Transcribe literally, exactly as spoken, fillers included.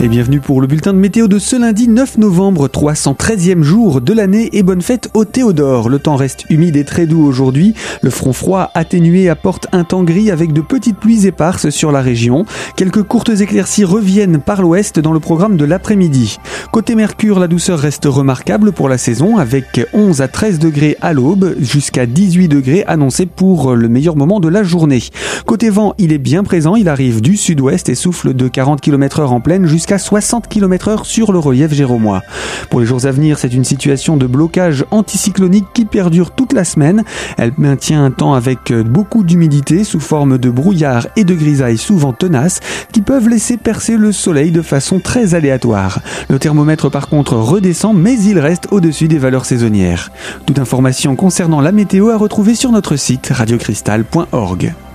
Et bienvenue pour le bulletin de météo de ce lundi neuf novembre, trois cent treizième jour de l'année et bonne fête au Théodore. Le temps reste humide et très doux aujourd'hui. Le front froid atténué apporte un temps gris avec de petites pluies éparses sur la région. Quelques courtes éclaircies reviennent par l'ouest dans le programme de l'après-midi. Côté Mercure, la douceur reste remarquable pour la saison avec onze à treize degrés à l'aube jusqu'à dix-huit degrés annoncés pour le meilleur moment de la journée. Côté vent, il est bien présent. Il arrive du sud-ouest et souffle de quarante kilomètres heure en pleine jusqu'à soixante kilomètres heure sur le relief géromois. Pour les jours à venir, c'est une situation de blocage anticyclonique qui perdure toute la semaine. Elle maintient un temps avec beaucoup d'humidité sous forme de brouillard et de grisailles souvent tenaces qui peuvent laisser percer le soleil de façon très aléatoire. Le thermomètre par contre redescend mais il reste au-dessus des valeurs saisonnières. Toute information concernant la météo à retrouver sur notre site radio cristal point org.